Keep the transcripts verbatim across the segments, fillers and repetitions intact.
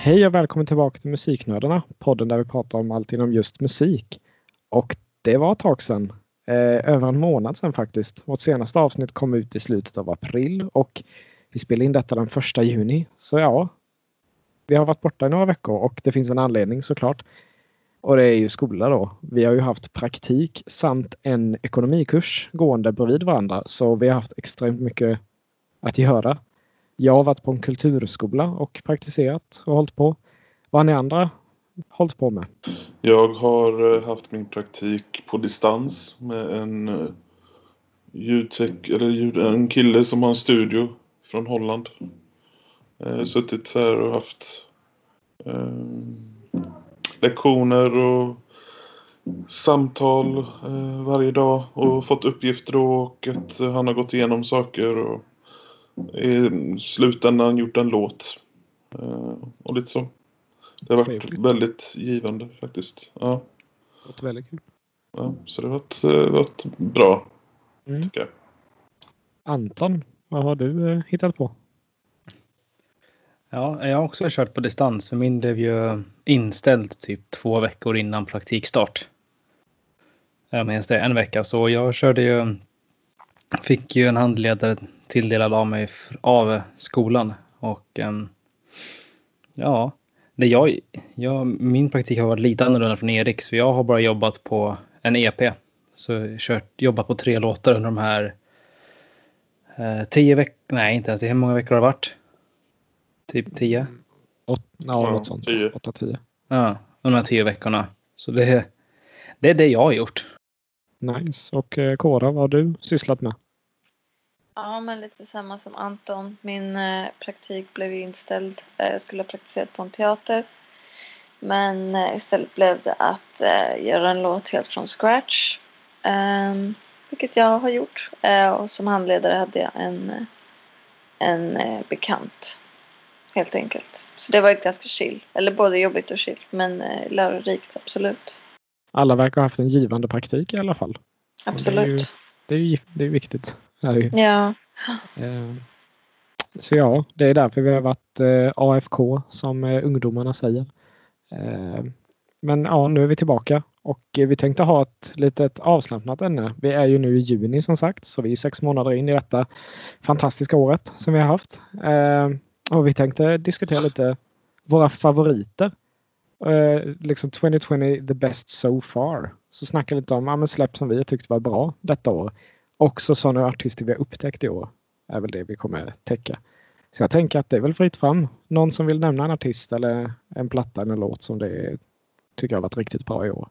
Hej och välkommen tillbaka till Musiknördarna, podden där vi pratar om allt inom just musik. Och det var ett tag sedan, eh, över en månad sedan faktiskt. Vårt senaste avsnitt kom ut i slutet av april och vi spelade in detta den första juni. Så ja, vi har varit borta i några veckor och det finns en anledning såklart. Och det är ju skola då. Vi har ju haft praktik samt en ekonomikurs gående bredvid varandra. Så vi har haft extremt mycket att göra. Jag har varit på en kulturskola och praktiserat och hållit på. Vad har ni andra hållit på med? Jag har haft min praktik på distans med en ljudtech, eller ljud, en kille som har en studio från Holland. Eh, suttit här och haft eh, lektioner och samtal eh, varje dag och fått uppgifter då, och att han har gått igenom saker och i slutändan gjort en låt eh, och lite så. Det har varit väldigt givande faktiskt. Ja. Det var väldigt kul. Ja, så det har varit, uh, varit bra, mm. tycker jag. Anton, vad har du uh, hittat på? Ja, jag har också kört på distans. För min blev ju inställd typ två veckor innan praktikstart. Jag minns det, en vecka. Så jag körde ju, fick ju en handledare tilldelad av mig av skolan. Och um, ja... Det jag, jag, min praktik har varit lite annorlunda från Eriks. För jag har bara jobbat på en E P. Så jag har kört, jobbat på tre låtar under de här eh, tio veckor. Nej, inte ens. Hur många veckor har det varit? Typ tio? Åt, ja, ja, något sånt. tio. Åtta, tio. Ja, de här tio veckorna. Så det, det är det jag har gjort. Nice. Och eh, Kora, vad har du sysslat med? Ja, men lite samma som Anton. Min eh, praktik blev ju inställd. Eh, jag skulle ha praktiserat på en teater. Men eh, istället blev det att eh, göra en låt helt från scratch. Eh, vilket jag har gjort. Eh, och som handledare hade jag en, en eh, bekant. Helt enkelt. Så det var ett ganska chill. Eller både jobbigt och chill. Men eh, lärorikt, absolut. Alla verkar ha haft en givande praktik i alla fall. Absolut. Det är ju, det är ju, det är ju viktigt. Är det ju. Ja. Eh, så ja, det är därför vi har varit eh, A F K som eh, ungdomarna säger. Eh, men ja, nu är vi tillbaka och eh, vi tänkte ha ett litet avslappnat ämne. Vi är ju nu i juni som sagt, så vi är sex månader in i detta fantastiska året som vi har haft. Eh, och vi tänkte diskutera lite våra favoriter. Eh, liksom tjugo tjugo the best so far. Så snacka lite om ja, men släpp som vi tyckte var bra detta år. Också sådana artister vi har upptäckt i år är väl det vi kommer täcka. Så jag tänker att det är väl fritt fram. Någon som vill nämna en artist eller en platta eller en låt som det tycker jag har varit riktigt bra i år.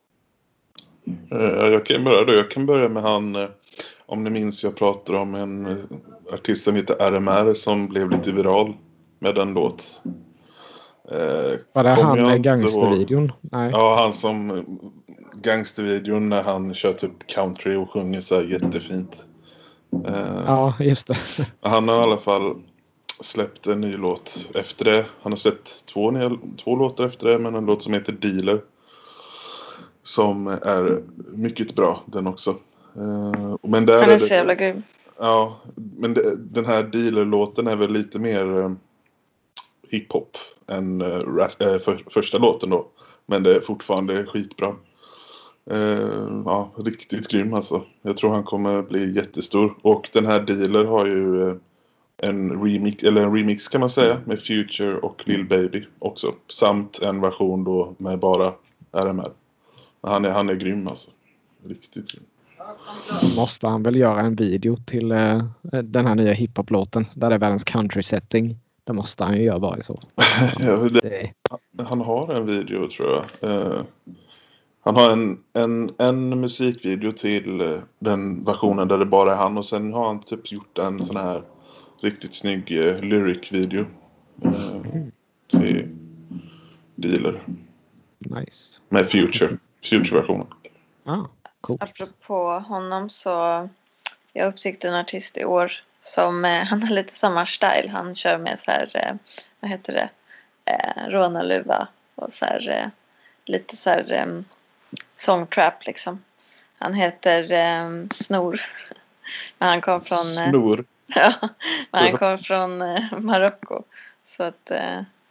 Jag kan börja då. Jag kan börja med han, om ni minns, jag pratade om en artist som heter R M R som blev lite viral med en låt. Var det han med gangstervideon? Nej. Ja, han som gangstervideon när han kör typ country och sjunger så här jättefint. Ja, just det. Han har i alla fall släppt en ny låt efter det. Han har släppt två, två låtar efter det, men en låt som heter Dealer. Som är mycket bra, den också. Men där han är, är så det, jävla grym. Ja, men det, den här Dealer-låten är väl lite mer hiphop än äh, för, första låten då. Men det är fortfarande skitbra. Uh, ja, riktigt grym alltså. Jag tror han kommer bli jättestor. Och den här Dealer har ju uh, en remix, eller en remix kan man säga, med Future och Lil Baby också. Samt en version då med bara R M R. Han är, han är grym alltså. Riktigt grym. Måste han väl göra en video till uh, den här nya hiphop-låten där det är världens country setting. Det måste han ju göra bara i så. Ja, det, det. Han har en video tror jag. Uh, Han har en, en, en musikvideo till den versionen där det bara är han. Och sen har han typ gjort en sån här riktigt snygg uh, lyric-video uh, till Dealer. Nice. Med Future. Future-versionen. Ah, coolt. Apropå honom så jag upptäckte en artist i år som eh, han har lite samma style. Han kör med så här, eh, vad heter det? Eh, rånaluva och så här eh, lite så här eh, songtrap liksom. Han heter eh, Snor. Men han kom från... Eh, Snor? ja, men han kom från eh, Marocko. Så att... Eh,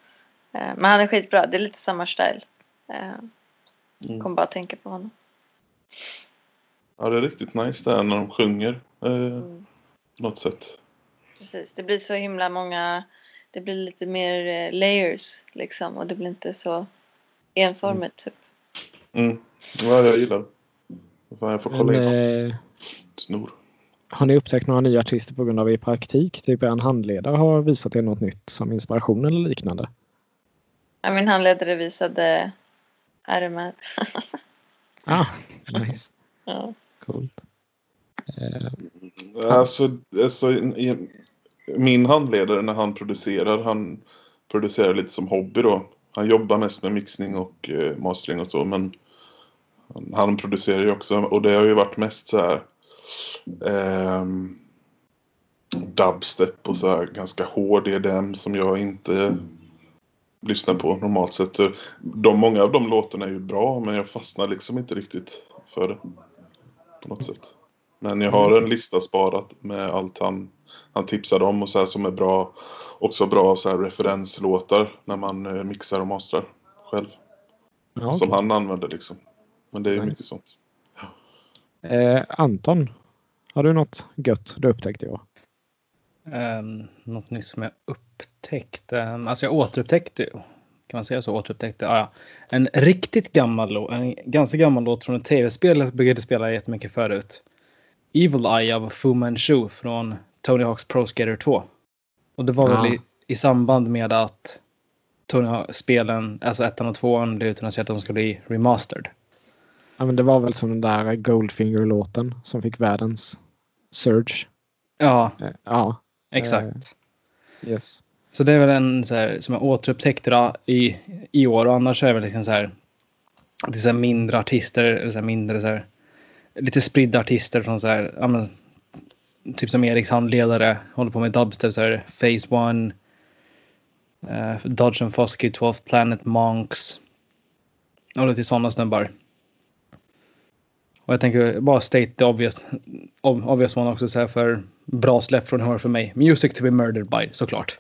Eh, men han är skitbra. Det är lite samma style. Eh, Mm. Kommer bara tänka på honom. Ja, det är riktigt nice där när de sjunger. Eh, Mm. På något sätt. Precis. Det blir så himla många... Det blir lite mer eh, layers liksom. Och det blir inte så enformigt typ. Mm. Ja, jag gillar det. Fan, jag får kolla Men, in eh, snor. har ni upptäckt några nya artister på grund av er praktik? Typ en handledare har visat er något nytt som inspiration eller liknande? Ja, min handledare visade R M R. Ah, nice. Ja. Coolt. Eh, Alltså, alltså i- min handledare när han producerar, han producerar lite som hobby då. Han jobbar mest med mixning och eh, mastering och så, men han, han producerar ju också, och det har ju varit mest så här ehm, dubstep och så här ganska hård E D M som jag inte lyssnar på normalt sett. De, många av de låtarna är ju bra, men jag fastnar liksom inte riktigt för det på något sätt. Men jag har en lista sparat med allt han, han tipsade om och så här som är bra, också bra så här referenslåtar när man eh, mixar och mastrar själv. ja, Som okej. han använder liksom. Men det är ju Nice. mycket sånt. eh, Anton, har du något gött du upptäckte i år? Um, något nytt som jag upptäckte. Um, alltså jag återupptäckte, kan man säga så, återupptäckte, ah, ja. En riktigt gammal låt, en ganska gammal låt från ett tv-spel jag brukade spela jättemycket förut. Evil Eye av Fu Manchu från Tony Hawk's Pro Skater två. Och det var Ah. väl i, i samband med att Tony Hawk-spelen, alltså ettan och tvåan, blev utan att säga att de skulle bli remastered. Ja, men det var väl som den där Goldfinger-låten som fick världens surge. Ja, Eh, ja, exakt. yes. Så det är väl en så här, som jag återupptäckte då, i, i år. Och annars är det väl liksom så här, det är så här mindre artister, eller så här mindre så här, lite spridda artister från så här, ja, men, typ som Eriks handledare, håller på med dubstep, så här, Phase One, uh, Dodge and Fosky, twelfth Planet, Monks, och lite sådana snubbar. Och jag tänker bara state the obvious, obvious one också, så här, för bra släpp från Hör för mig. Music to be murdered by, såklart.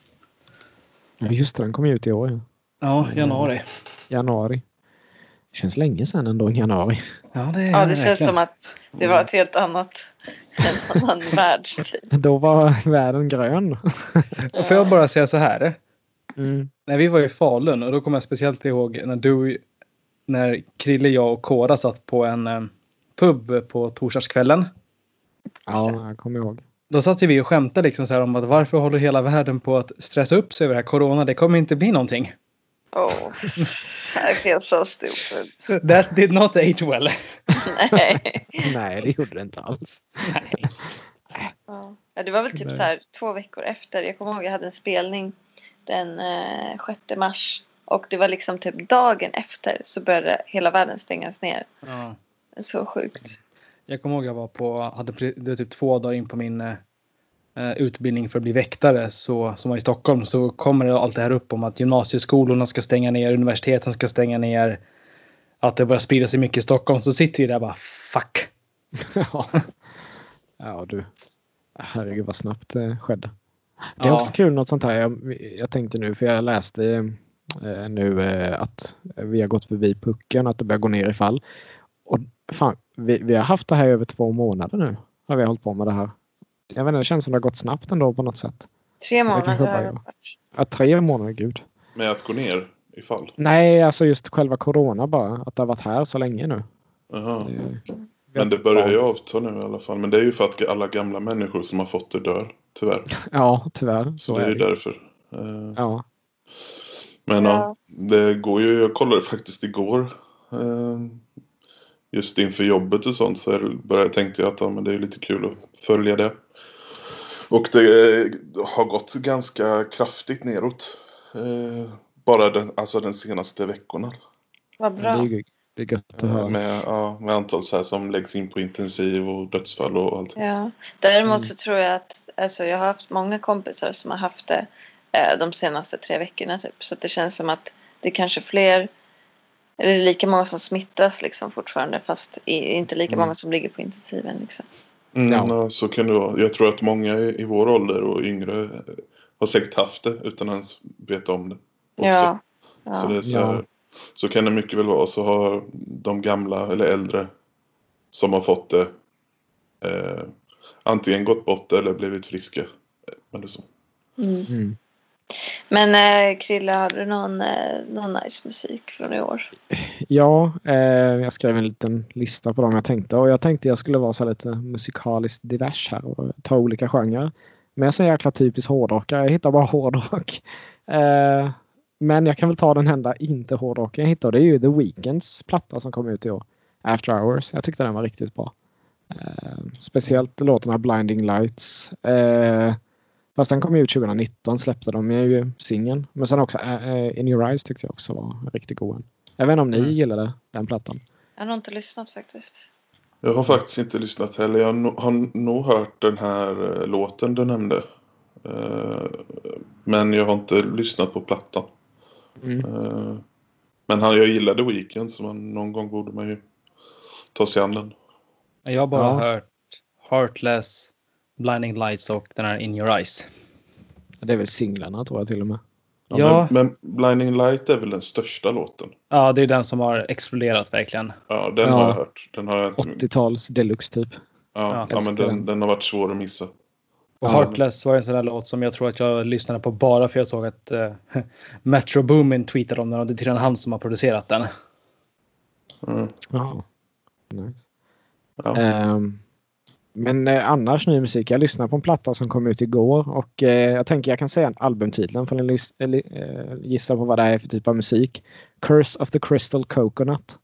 Ja, just det, den kom ju ut i år. Ja. Ja, januari. Januari. Det känns länge sedan ändå, januari. Ja, det, Ja, det känns som att det var ett helt annat, en annan världstid. Då var världen grön. Får jag bara säga så här? Mm. När vi var i Falun, och då kommer jag speciellt ihåg när du, när Krille, jag och Kora satt på en eh, pub på torsdagskvällen. Ja, jag kommer ihåg. Då satt ju vi och skämtade liksom så här om att varför håller hela världen på att stressa upp sig över det här corona? Det kommer inte bli någonting. Oh, I feel so stupid. That did not age well. Nej. Nej, det gjorde det inte alls. Nej. Ja, det var väl typ så här två veckor efter. Jag kommer ihåg jag hade en spelning den eh, sjätte mars. Och det var liksom typ dagen efter så började hela världen stängas ner. Ja. Så sjukt. Jag kommer ihåg jag var på, hade pre- det var typ två dagar in på min eh, utbildning för att bli väktare, så, som var i Stockholm, så kommer det allt det här upp om att gymnasieskolorna ska stänga ner, universiteten ska stänga ner, att det börjar sprida sig mycket i Stockholm. Så sitter vi där bara, fuck. Ja. Ja, du. Herregud vad snabbt det skedde. Det är Ja. också kul något sånt här. Jag, jag tänkte nu, för jag läste eh, nu eh, att vi har gått förbi pucken, att det börjar gå ner i fall. Och fan, vi, vi har haft det här i över två månader nu. Har vi hållit på med det här. Jag vet inte, det känns som det har gått snabbt ändå på något sätt. Tre kanske månader bara har jag. det varit. Ja, tre månader, gud. Med att gå ner i fall. Nej, alltså just själva corona bara. Att det har varit här så länge nu. Aha. Det, Men det börjar ju avta nu i alla fall. Men det är ju för att alla gamla människor som har fått det dör. Tyvärr. ja, tyvärr. Så det är är ju det. därför. Eh, Ja. Men Ja. ja, det går ju. Jag kollade faktiskt igår. Eh, just inför jobbet och sånt. Så började, tänkte jag att ja, men det är lite kul att följa det. Och det eh, har gått ganska kraftigt neråt. Eh, bara den, alltså den senaste veckorna. Vad Det är, bra. ju- det är gött att Eh, höra. med, ja, med antal så här som läggs in på intensiv och dödsfall och allt. Ja. Däremot Mm. så tror jag att alltså, jag har haft många kompisar som har haft det eh, de senaste tre veckorna typ. Så att det känns som att det är kanske fler, eller lika många som smittas liksom fortfarande, fast i, inte lika Mm. många som ligger på intensiven liksom. Mm, Ja. ja. Så kan det vara. Jag tror att många i, i vår ålder och yngre eh, har säkert haft det utan att ens veta om det. också. Ja. Så, det Ja. är så, här, Ja. så kan det mycket väl vara. Så har de gamla eller äldre som har fått det eh, antingen gått bort eller blivit friska. Eller så. Mm. Mm. Men eh, Krille, har du någon, eh, någon nice musik från i år? Ja, eh, jag skrev en liten lista på dem jag tänkte. Och jag tänkte jag skulle vara så lite musikaliskt divers här och ta olika genrer. Men jag är så jäkla typiskt hårdrockare. Jag hittar bara hårdrock. Eh, men jag kan väl ta den enda inte hårdrocken jag hittar. Det är ju The Weeknds platta som kom ut i år. After Hours. Jag tyckte den var riktigt bra. Eh, speciellt låtarna Blinding Lights. Eh, fast den kom ut tjugonitton, släppte de ju singeln. Men sen också uh, In Your Eyes tyckte jag också var riktigt god. Jag vet inte om ni Mm. gillade den plattan. Jag har nog inte lyssnat faktiskt. Jag har faktiskt inte lyssnat heller. Jag no- har nog hört den här eh, låten du nämnde. Eh, men jag har inte lyssnat på plattan. Mm. Eh, men han, jag gillade Weekend, så man, någon gång borde man ju ta sig an den. Jag har bara Ja. hört Heartless, Blinding Lights och den här In Your Eyes. Det är väl singlarna tror jag till och med. Ja, Men, men Blinding Light är väl den största låten? ja, det är den som har exploderat verkligen. Ja, den Ja. har jag hört. Den har jag inte... åttio-tals deluxe typ. Ja, Ja, ja, men älskar den, den. den har varit svår att missa. Och Ja. Heartless var en sån där låt som jag tror att jag lyssnade på bara för jag såg att uh, Metro Boomin tweetade om den och det är tydligen han som har producerat den. Mm. Ja. Nice. Ja. Ehm, men eh, annars ny musik. Jag lyssnar på en platta som kom ut igår och eh, jag tänker jag kan säga en albumtiteln för att lys- eller, eh, gissa på vad det är för typ av musik. Curse of the Crystal Coconut.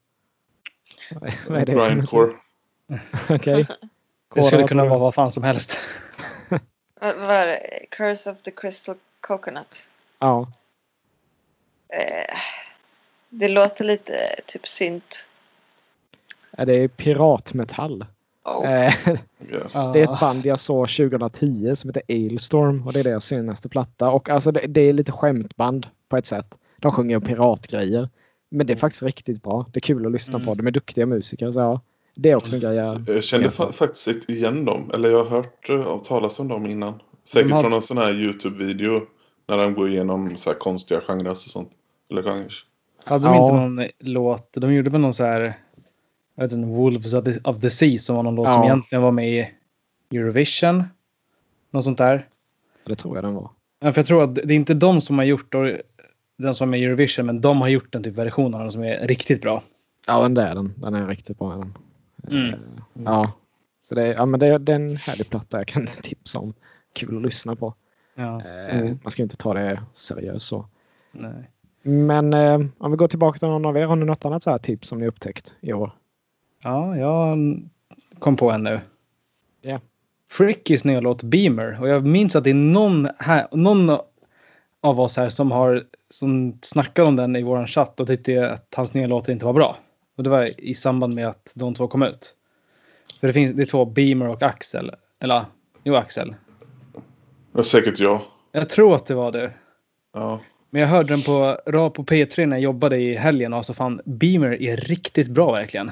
Vad är det för musik? Grindcore. Okej. Det skulle Kåra, kunna tror vara jag. vad fan som helst. Vad vad är det? Curse of the Crystal Coconut. Ja. Eh, det låter lite typ synt. Ja, det är piratmetall. Oh. Eh, Ja. Det är ett band jag såg tjugohundratio som heter Ailstorm och det är deras senaste platta. Och alltså det, det är lite skämtband på ett sätt. De sjunger piratgrejer. Men det är faktiskt riktigt bra. Det är kul att lyssna Mm. på. De är duktiga musiker. Så ja, det är också en grej jag... Jag kände jag får- fa- faktiskt inte igen dem. Eller jag har hört uh, talas om dem innan. Säkert De har- från någon sån här YouTube-video. När de går igenom så här konstiga genrer och sånt. Eller genrer. Hade de Ja. inte någon låt, de gjorde väl någon så här, jag vet inte, Wolves of the, of the Sea som var någon låt Ja. som egentligen var med i Eurovision. Något sånt där. Det tror jag den var. Ja, för jag tror att det är inte de som har gjort då, den som är med i Eurovision, men de har gjort en typ version av den som är riktigt bra. Ja, den där den. Den är riktigt bra. Den. Mm. Eh, Ja. Så det är, ja, men det är det är en härlig platta jag kan tipsa om. Kul att lyssna på. Ja. Eh, Mm. Man ska ju inte ta det seriöst så. Nej. Men eh, om vi går tillbaka till någon av er. Har ni något annat så här tips som ni upptäckt i år? Ja, jag kom på en nu. Ja. Frickys nya låt Beamer. Och jag minns att det är någon, här, någon av oss här som har som snackar om den i våran chatt och tyckte att hans nya låt inte var bra. Och det var i samband med att de två kom ut. För det finns det är två, Beamer och Axel. Eller, jo Axel. Ja, säkert jag. Jag tror att det var det. Ja. Men jag hörde den på, på P tre när jag jobbade i helgen och så fan, Beamer är riktigt bra verkligen.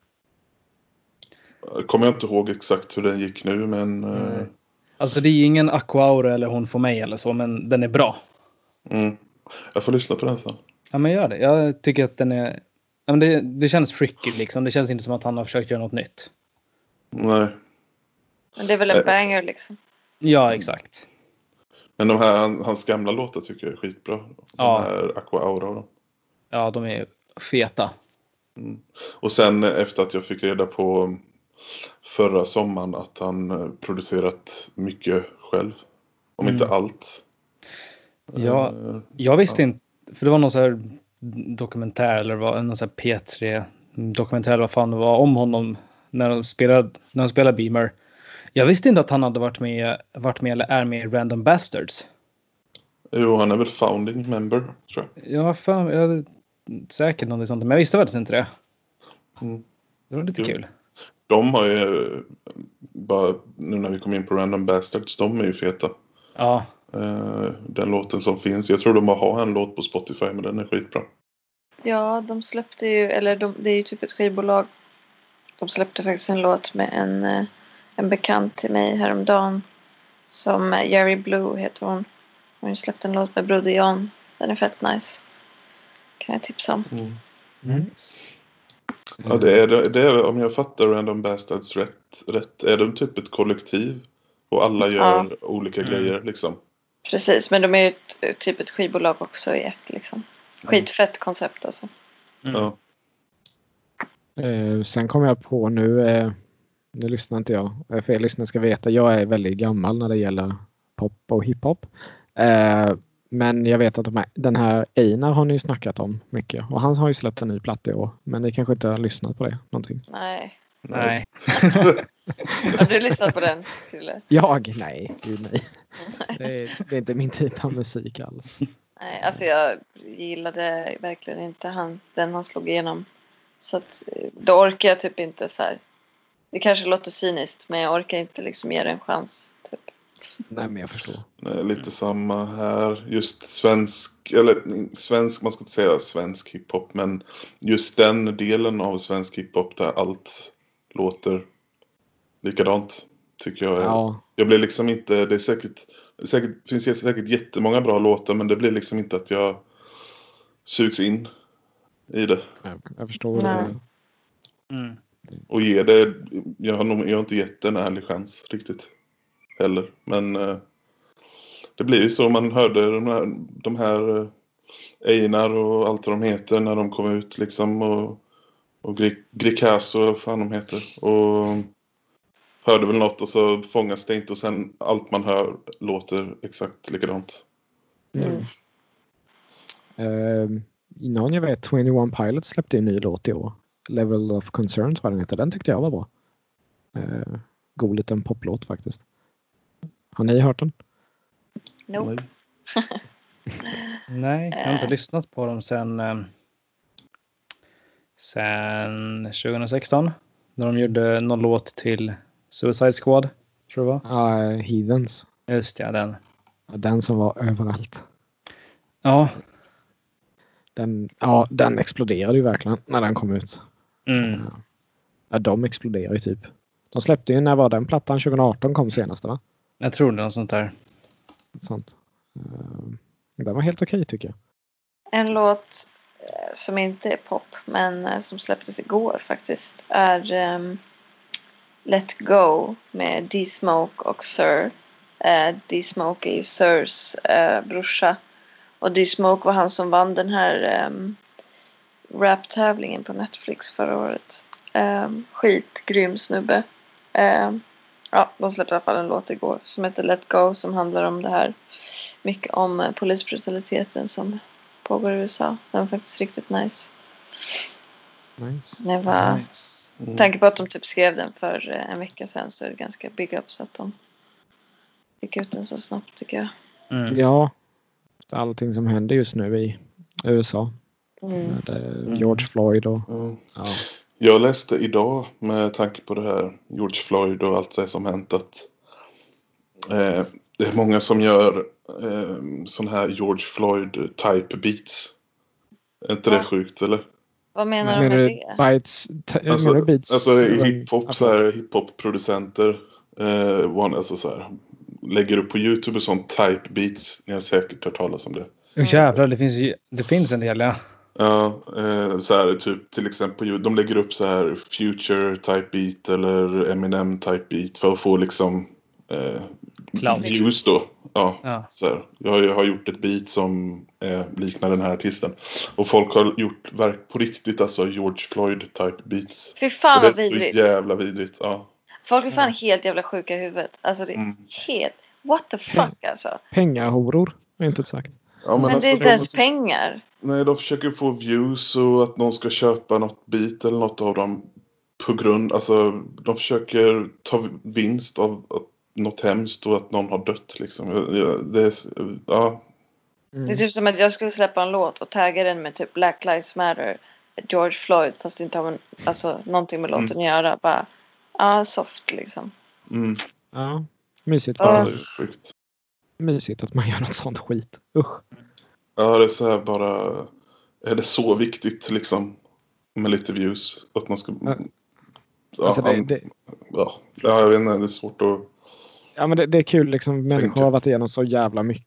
Jag kommer inte ihåg exakt hur den gick nu, men... eh, Alltså det är ingen Aquaura eller Hon får mig eller så, men den är bra. Mm. Jag får lyssna på den sen. Ja, men gör det. Jag tycker att den är... Ja, men det, det känns freaky liksom. Det känns inte som att han har försökt göra något nytt. Nej. Men det är väl en Eh. banger liksom. Ja, exakt. Men de här, han- hans gamla låtar tycker jag är skitbra. De Ja. här Aqua Aura och dem. Ja, de är feta. Och sen eh, efter att jag fick reda på förra sommaren att han eh, producerat mycket själv. Om Mm. inte allt. Ja, Eh, jag visste inte... För det var någon så här dokumentär eller vad, någon så här P tre dokumentär eller vad fan det var om honom när de spelade, när de spelade Beamer. Jag visste inte att han hade varit med, varit med eller är med i Random Bastards. Jo, han är väl founding member, tror jag. Ja, fan, jag hade säkert något sånt, men jag visste faktiskt inte det. Mm. Det var lite Jo. kul. De har ju, eh, bara nu när vi kom in på Random Bastards, de är ju feta. Ja, Eh, den låten som finns, jag tror de har en låt på Spotify, men den är skitbra. Ja, de släppte ju, eller de, det är ju typ ett skivbolag. De släppte faktiskt en låt med en, eh, en bekant till mig häromdagen. Som eh, Jerry Blue heter hon. Hon har ju släppt en låt med Broder John. Den är fett nice. Kan jag tipsa om. Mm. Nice. Ja, det är, det, det är, om jag fattar Random Bastards rätt, rätt, är de typ ett kollektiv och alla gör Ja. olika Mm. grejer liksom. Precis, men de är ju ett, typ ett skivbolag också i ett liksom. Skitfett koncept alltså. Mm. Ja. Eh, sen kom jag på nu, eh, nu lyssnar inte jag, eh, för er lyssnare ska veta, jag är väldigt gammal när det gäller pop och hiphop. Eh, men jag vet att de här, den här Einar har ni ju snackat om mycket och han har ju släppt en ny platta i år, men ni kanske inte har lyssnat på det någonting. Nej. Nej. Har du lyssnat på den, Krille? Jag? Nej, gud nej. Det är, det är inte min typ av musik alls. Nej, alltså jag gillade verkligen inte han, den han slog igenom. Så att eh, då orkar jag typ inte så här. Det kanske låter cyniskt, men jag orkar inte liksom ge det en chans. Typ. Nej, men jag förstår. Nej, lite samma här. Just svensk, eller svensk, man ska inte säga svensk hiphop, men just den delen av svensk hiphop där allt låter likadant, tycker jag. Är, Ja, jag blir liksom inte, det är säkert, det säkert, finns säkert jättemånga bra låtar, men det blir liksom inte att jag sugs in i det. jag, jag förstår Nej. det. Mm. Och ge det, jag har, nog, jag har inte gett en ärlig chans riktigt heller. Men eh, det blir ju så, man hörde de här, de här eh, Einar och allt vad de heter när de kom ut liksom. Och, och Gricasso, vad fan de heter. Och hörde väl något och så fångas det inte. Och sen allt man hör låter exakt likadant. Mm. Uh, någon jag vet, tjugoett Pilots släppte en ny låt i år. Level of Concern, vad den heter. Den tyckte jag var bra. Uh, god liten poplåt faktiskt. Har ni hört den? Nope. Nej, jag har inte Äh. lyssnat på dem sen, eh, sen tjugohundrasexton. När de gjorde någon låt till Suicide Squad, tror jag det var. Uh, Heathens. Just ja, den. Den som var överallt. Ja. Den, ja, den exploderade ju verkligen när den kom ut. Mm. Ja, de exploderade ju typ. De släppte ju, när var den plattan? tjugoarton kom senast, va? Jag tror det är något sånt där. Sånt. Uh, den var helt okej tycker jag. En låt eh, som inte är pop, men eh, som släpptes igår faktiskt, är um, Let Go med D-Smoke och Sir. Uh, D-Smoke är Sirs uh, brorsa. Och D-Smoke var han som vann den här um, rap-tävlingen på Netflix förra året. Um, skitgrym snubbe. Um, ja, de släppte i alla fall en låt igår som heter Let Go, som handlar om det här. Mycket om uh, polisbrutaliteten som pågår i U S A. Den var faktiskt riktigt nice. Nice. Det var, Nice. Mm. tanke på att de typ skrev den för uh, en vecka sedan, så är det ganska big up så att de fick ut den så snabbt tycker jag. Mm. Ja, allting som händer just nu i U S A. Mm. Med eh, George Floyd och Mm. ja. Jag läste idag med tanke på det här George Floyd och allt det som hänt att eh, det är många som gör eh, sån här George Floyd type beats. Är inte Ja. det sjukt eller? Vad menar Menar du du med det? bytes, t- Alltså, menar du beats? alltså i Eller- hiphop så här hiphop-producenter eh, one, alltså så här, lägger upp på YouTube och sånt type beats. Ni har säkert hört talas om det. Oh, jävlar, det finns, ju, det finns en del, ja. Ja, eh, så här typ till exempel på YouTube, de lägger upp så här Future type beat eller Eminem type beat för att få liksom eh, Clout. views då. Ja, Ja. så här. Jag, jag har gjort ett beat som eh, liknar den här artisten. Och folk har gjort verk på riktigt, alltså George Floyd type beats. Fy fan Och det vad är så vidrigt. jävla vidrigt, ja. Folk är fan helt jävla sjuka i huvudet. Alltså det är Mm. helt... What the fuck alltså. Pengahoror, har jag inte sagt. Ja, Men, alltså, det är inte de- ens pengar. Nej, de försöker få views och att någon ska köpa något beat eller något av dem på grund, alltså de försöker ta vinst av att något hemskt och att någon har dött liksom. Ja, ja, det är, ja. Mm. Det är typ som att jag skulle släppa en låt och tagga den med typ Black Lives Matter, George Floyd, fast det inte har alltså, någonting med låten Mm. att göra. Bara, ja, soft liksom. Mm, Ja, mysigt. ja, Ja. det är sjukt. Mysigt att man gör något sånt skit. Usch. Ja, det är så här bara, är det så viktigt liksom med lite views att man ska Ja. ja, Alltså det, han- det, ja, ja, jag vet inte, det är svårt att ja, men det, det är kul liksom. Människor Tänker. har varit igenom så jävla mycket.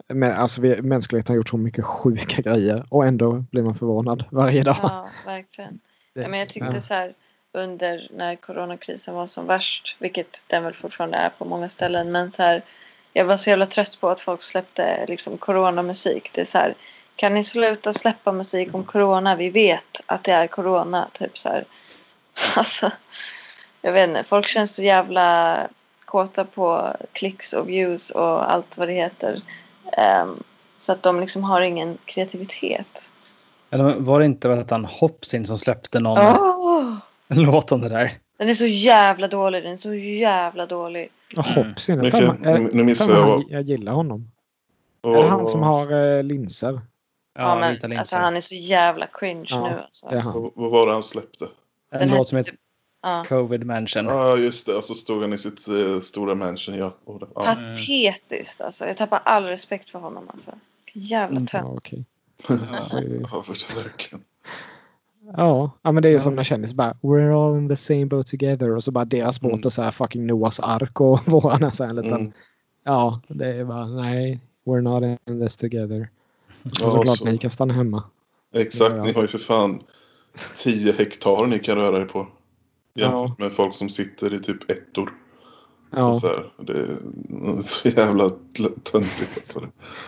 Men alltså vi, mänskligheten har gjort så mycket sjuka grejer och ändå blir man förvånad varje dag. Ja, verkligen. Ja, men jag tyckte Ja. så här under när coronakrisen var som värst, vilket den väl fortfarande är på många ställen, men så här, jag var så jävla trött på att folk släppte liksom coronamusik. Det är så här, kan ni sluta släppa musik om corona? Vi vet att det är corona, typ så här. Alltså, jag vet inte, folk känns så jävla kåta på klicks och views och allt vad det heter. Um, så att de liksom har ingen kreativitet. Eller var det inte att han Hopsin som släppte någon Oh! låt om det där? Den är så jävla dålig, den är så jävla dålig. Och Hopsin, Mycket- jag, jag, nu missar jag, jag jag, vad- jag gillar honom. Och, Är det han som har eh, linser? Ja, Ja, vita men linser. alltså han är så jävla cringe Ja, nu alltså. Det är han. vad, vad var det han släppte? En Den låt heter som heter typ- Ja. Covid Mansion. Ja, ah, just det. Och så stod han i sitt eh, stora mansion. Ja. Och det, ja. Patetiskt alltså. Jag tappar all respekt för honom alltså. Vilken jävla Ja, tönt. okej. ja, för det verkligen. Ja, ja, men det är ju Ja. som när kändis bara we're all in the same boat together och så bara deras båt Mm. är så här fucking Noahs ark och våran är så här en liten Mm. ja, det är bara nej, we're not in this together. Och Ja, såklart så- ni kan stanna hemma. Exakt, Ja. ni har ju för fan tio hektar ni kan röra er på. Jämfört Ja. med folk som sitter i typ ettor. Ja, Så här, det är så jävla töntigt alltså.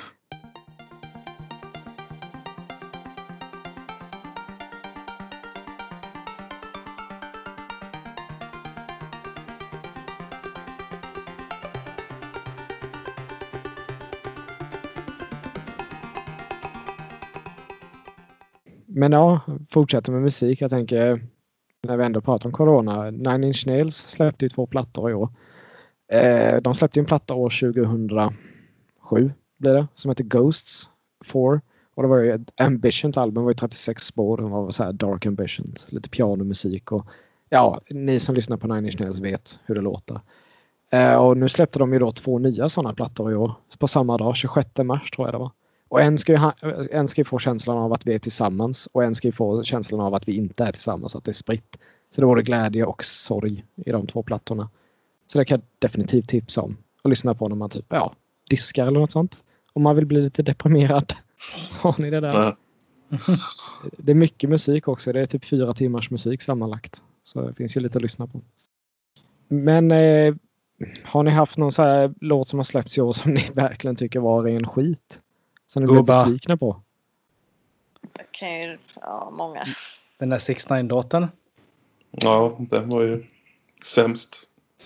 men ja, fortsätter med musik. Jag tänker när vi ändå pratar om corona. Nine Inch Nails släppte ju två plattor i år. Eh, de släppte ju en platta år tjugohundrasju blir det, som heter Ghosts four. Och det var ju ett Ambition album, det var ju trettiosex spår, det var så här dark ambition, lite pianomusik och ja, ni som lyssnar på Nine Inch Nails vet hur det låter. Eh, och nu släppte de ju då två nya sådana plattor i år på samma dag, tjugosjätte mars tror jag det var. Och en ska, ju ha, en ska ju få känslan av att vi är tillsammans och en ska ju få känslan av att vi inte är tillsammans, att det är spritt. Så det var det glädje och sorg i de två plattorna. Så det kan jag definitivt tipsa om. Och lyssna på när man typ, ja, diskar eller något sånt. Om man vill bli lite deprimerad. Så har ni det där. Ja. Det är mycket musik också. Det är typ fyra timmars musik sammanlagt. Så det finns ju lite att lyssna på. Men eh, har ni haft någon så här låt som har släppts i år som ni verkligen tycker var ren skit? Som ni blev Gubba. besvikna på? Det kan ju, ja, många. Den där six nine låten. Ja, den var ju sämst.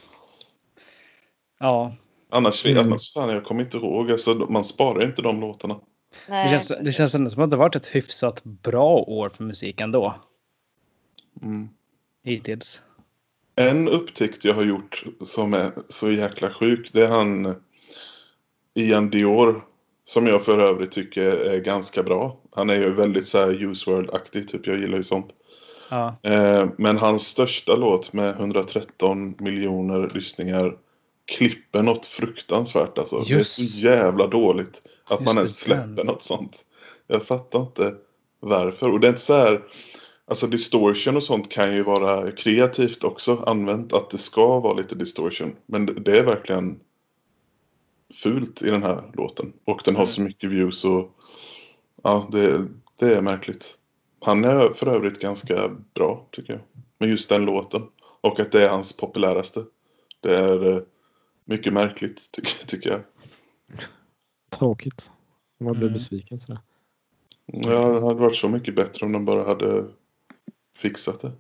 Ja, Annars, Mm. annars fan, jag kommer inte ihåg. Alltså, man sparar inte de låtarna. Nej, det känns, det känns ändå som att det varit ett hyfsat bra år för musiken då. Mm. Hittills. En upptäckt jag har gjort som är så jäkla sjuk, det är han Ian Dior, som jag för övrigt tycker är ganska bra. Han är ju väldigt så här Use World-aktig, typ, jag gillar ju sånt. Ja. Eh, men hans största låt med hundratretton miljoner lyssningar klipper något fruktansvärt alltså. Det är Just. så jävla dåligt att Just man det, ens släpper den. något sånt. Jag fattar inte varför. Och det är inte så här, alltså distortion och sånt kan ju vara kreativt också använt, att det ska vara lite distortion. Men det, det är verkligen fult i den här låten. Och den har så mycket views och ja, det, det är märkligt. Han är för övrigt ganska bra tycker jag. Men just den låten. Och att det är hans populäraste. Det är eh, mycket märkligt tycker, tycker jag. Tråkigt. Man blir Mm. besviken sådär. Ja, det hade varit så mycket bättre om de bara hade fixat det.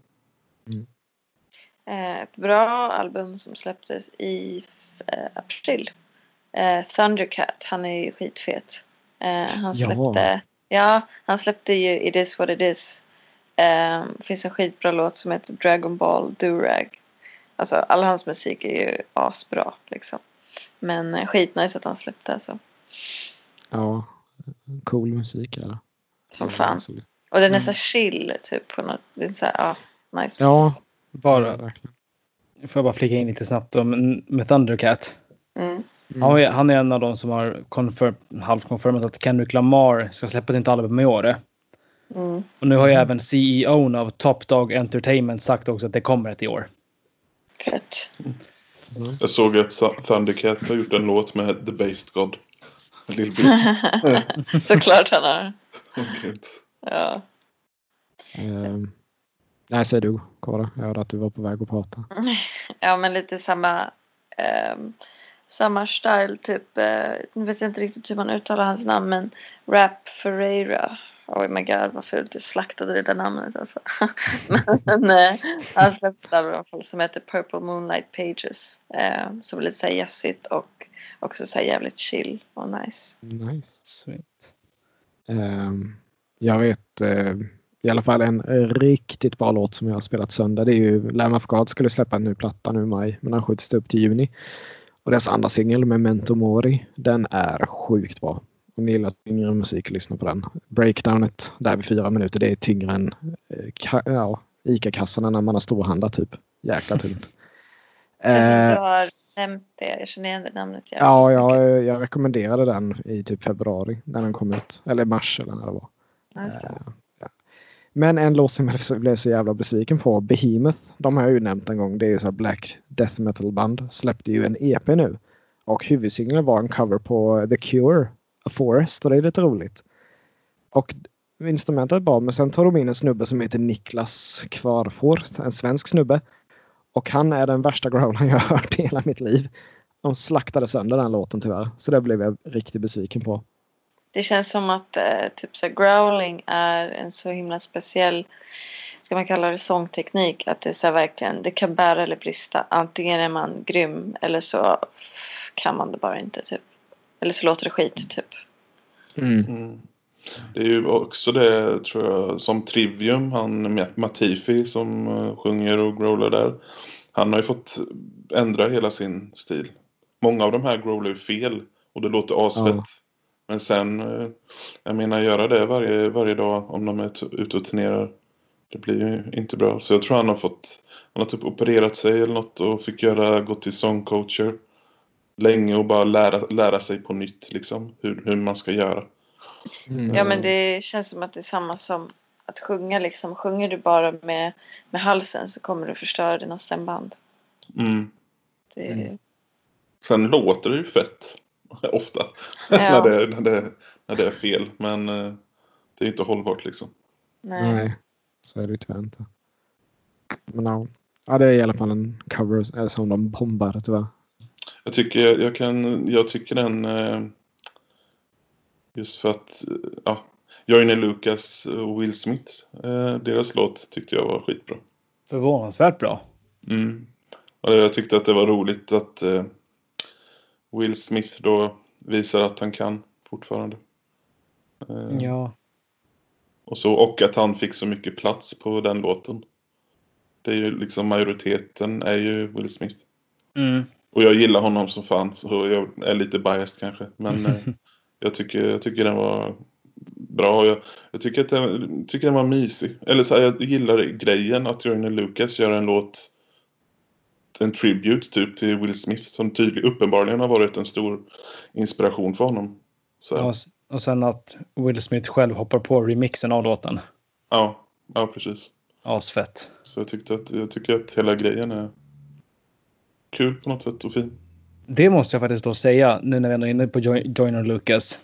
Eh, Ett bra album som släpptes i eh, april. Eh, Thundercat, han är ju skitfet. Eh, han Ja. släppte, ja, han släppte ju It Is What It Is. Eh, det finns en skitbra låt som heter Dragon Ball Durag. Alltså all hans musik är ju asbra liksom. Men eh, skitnice att han släppte alltså. Ja, cool musik är det. Som fan. Absolut. Och den är Mm. så chill typ på något. Det är så här, ja, nice. Ja, Bara, verkligen. får jag bara flika in lite snabbt om, med Thundercat. Mm. Mm. Han är, han är en av de som har confirm, halvt confirmat att Kendrick Lamar ska släppa ett nytt album i år. Mm. Och nu har ju även C E O:n av Top Dog Entertainment sagt också att det kommer ett i år. Fett. Jag såg att Thundercat har gjort en låt med The Based God. Lill-Bill. Såklart han har. Grymt. Ja. Um, nej, säger du, Kåre. Jag hörde att du var på väg att prata. Ja, men lite samma um, samma style typ. Uh, nu vet jag inte riktigt hur man uttalar hans namn, men Rap Ferreira. Oh my god, vad fult du slaktade det där namnet alltså. Men uh, han släppte ett album i alla fall som heter Purple Moonlight Pages. Uh, som är lite så här jazzigt och också så här jävligt chill och nice. Nice. Sweet. Um, jag vet uh, i alla fall en riktigt bra låt som jag har spelat sönder. Det är ju Lamb of God skulle släppa en ny platta nu i maj, men den skjuts upp till juni. Och deras andra singel, Memento Mori, den är sjukt bra. Om ni gillar tyngre musik, lyssna på den. Breakdownet där vid fyra minuter, det är tyngre än ka- ja, Ica-kassorna när man har storhandlar typ. Jäkla tungt. Det känns som Eh, du har nämnt det. Jag känner igen det namnet. ja, jag, jag rekommenderade den i typ februari när den kom ut. Eller mars eller när det var. Alltså. Eh, ja. Men en låt som jag blev så jävla besviken på, Behemoth, de har jag ju nämnt en gång. Det är ju så här Black Death Metal band. Släppte ju en E P nu. Och huvudsingeln var en cover på The Cure, A Forest, och det är lite roligt. Och instrumentet är bra, men sen tar de in en snubbe som heter Niklas Kvarfår, en svensk snubbe. Och han är den värsta growlern jag har hört i hela mitt liv. De slaktade sönder den låten tyvärr. Så det blev jag riktigt besviken på. Det känns som att eh, typ så här, growling är en så himla speciell, ska man kalla det, sångteknik. Att det är så här, verkligen, det kan bära eller brista. Antingen är man grym eller så kan man det bara inte typ. Eller så låter det skit typ. Mm. Mm. Det är ju också det, tror jag, som Trivium, han Matifi som uh, sjunger och growlar där. Han har ju fått ändra hela sin stil. Många av de här growlar ju fel och det låter asfett. Ja. Men sen, uh, jag menar, göra det varje, varje dag om de är t- ute och turnerar, det blir ju inte bra. Så jag tror han har fått, han har typ opererat sig eller något och fick göra, gå till songcoacher länge och bara lära, lära sig på nytt liksom, hur, hur man ska göra. Mm. Ja, men det känns som att det är samma som att sjunga liksom. Sjunger du bara med, med halsen så kommer du förstöra dina stämband. Mm. Det... Mm. Sen låter det ju fett ofta Ja. när, det, när, det, när det är fel. Men eh, det är inte hållbart liksom. Nej. Nej, så är det ju tyvärr inte. Men ja. Ja, det är i alla fall en cover eh, som de bombar tyvärr. Jag tycker, jag kan, jag tycker den eh, just för att eh, ja, Joyner Lucas och Will Smith, eh, deras låt tyckte jag var skitbra. Förvånansvärt bra. Mm. Och jag tyckte att det var roligt att eh, Will Smith då visar att han kan fortfarande. Eh, Ja. och, så, och att han fick så mycket plats på den låten. Det är ju liksom, majoriteten är ju Will Smith. Mm. Och jag gillar honom som fan, så jag är lite biased kanske. Men eh, jag, tycker, jag tycker den var bra. Jag, jag tycker att den, tycker den var mysig. Eller så här, jag gillar grejen att Joyner Lucas gör en låt, en tribute typ till Will Smith, som tydligt uppenbarligen har varit en stor inspiration för honom. Så, Och, och sen att Will Smith själv hoppar på remixen av låten. ja, ja, precis. Asfett. Så jag, tyckte att, jag tycker att hela grejen är kul på något sätt och fin. Det måste jag faktiskt då säga nu när vi är inne på jo- Joyner Lucas.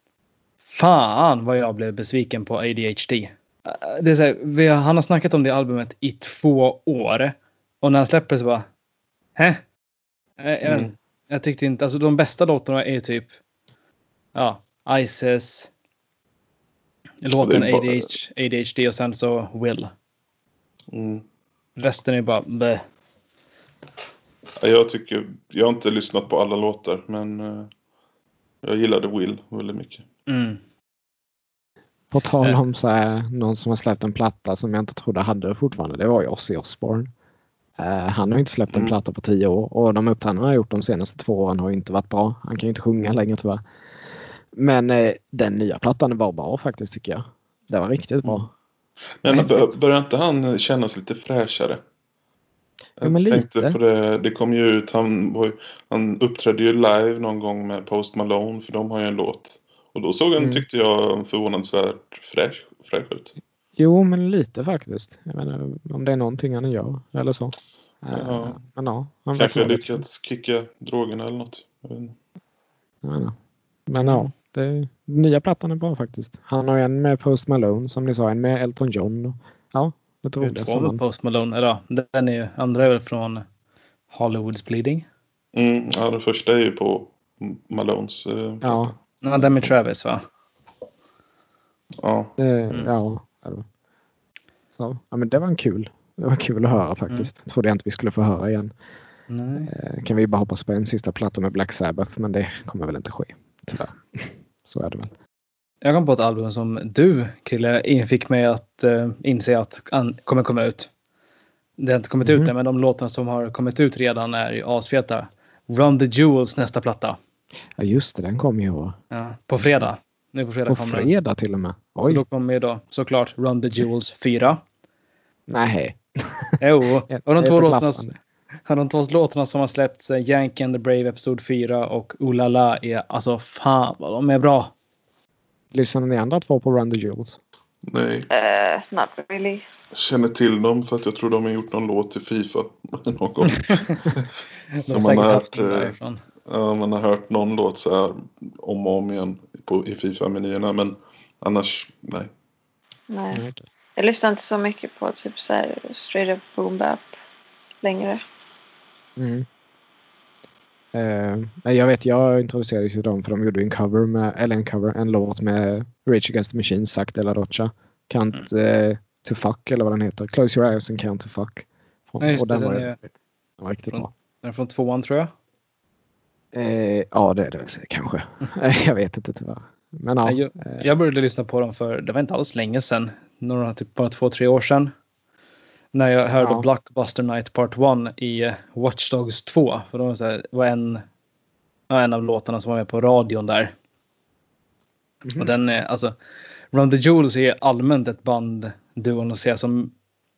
Fan vad jag blev besviken på A D H D. Det är så här, vi har, han har snackat om det albumet i två år. Och när han släpper så bara... Hä? Jag, jag, Mm. jag tyckte inte... Alltså de bästa låtarna är ju typ... Ja, Isis. Låten Ja, det är A D H, bara- A D H D och sen så Will. Mm. Resten är bara... Bleh. Ja, jag tycker, jag har inte lyssnat på alla låtar, men eh, jag gillade Will väldigt mycket. Mm. På tal Eh. om så här, någon som har släppt en platta som jag inte trodde hade det fortfarande. Det var ju Ozzy Osbourne. Uh, han har inte släppt en Mm. platta på tio år. Och de uppträdanden han har gjort de senaste två åren har inte varit bra. Han kan ju inte sjunga längre tyvärr. Men uh, den nya plattan var bra faktiskt tycker jag. Det var riktigt bra. Men Mäktigt. börjar inte han kännas lite fräschare? Ja, Jag men tänkte lite. på det, det kom ju ut, han, var, ju- han uppträdde ju live någon gång med Post Malone, för de har ju en låt. Och då såg han, Mm. tyckte jag, förvånansvärt fräsch, fräsch ut. Jo, men lite faktiskt. Jag menar, om det är någonting han gör eller så. Uh, Ja. Men ja, han Kanske verkar rätt lyckats kicka drogerna eller något. Jag vet inte. bra. Ja, ja. Men ja, det, nya plattan är bra faktiskt. Han har en med Post Malone, som ni sa, en med Elton John. Och, ja, lite Det är roliga två med Post Malone. Eller ja, den är ju, andra är väl från Hollywood's Bleeding. Mm, ja, den första är ju på Malones eh, platta. Ja. Ja, den med Travis, va? Ja. Det, mm. Ja, så, ja, men det var en kul. Det var kul att höra faktiskt. Mm. Trodde jag inte vi skulle få höra igen. Nej. Eh, kan vi bara hoppas på en sista platta med Black Sabbath, men det kommer väl inte ske. Tyvärr. Så är det väl. Jag kom på ett album som du, Krille, fick mig att uh, inse att an- kommer komma ut. Det har inte kommit mm. ut än, men de låtarna som har kommit ut redan är ju asfeta. Run the Jewels nästa platta. Ja just det, den kommer ju år. Ja, på fredag. Nu på fredag på kommer fredag den. Till och med. Oj. Så då kommer ju då såklart Run the Jewels fyra. Nej. Jo, och de två låtarna, de två låtarna som har släppts, Yankee and the Brave Episod fyra och Olala, är alltså fan vad de är bra. Lyssnar ni andra två på Run the Jewels? Nej. Uh, not really. Jag känner till dem för att jag tror de har gjort någon låt till FIFA någon gång. Så man har hört, eh, ja, man har hört någon låt så här om och om igen på, i FIFA-menyerna, men annars nej. Nej. Mm, okay. Jag lyssnar inte så mycket på typ så här straight up boom bap längre. Mm. Uh, jag vet, jag introducerades ju dem för de gjorde en cover med, eller en cover, en låt med Rage Against the Machine, Zac de la Rocha. Can't mm. uh, to fuck, eller vad den heter. Close your eyes and count to fuck. Och, ja, just den, det, var, den, är, den var riktigt från, bra. Den är från tvåan tror jag. Uh, ja, det är det kanske. Jag vet inte tyvärr. Men ja. Jag, jag började lyssna på dem för, det var inte alls länge sedan. Några, typ bara två, tre år sedan. När jag hörde ja. Blockbuster Night Part ett i Watch Dogs två. För då var, så här, var en, en av låtarna som var med på radion där. Mm-hmm. Och den är, alltså, Run the Jewels är allmänt ett band duon att se som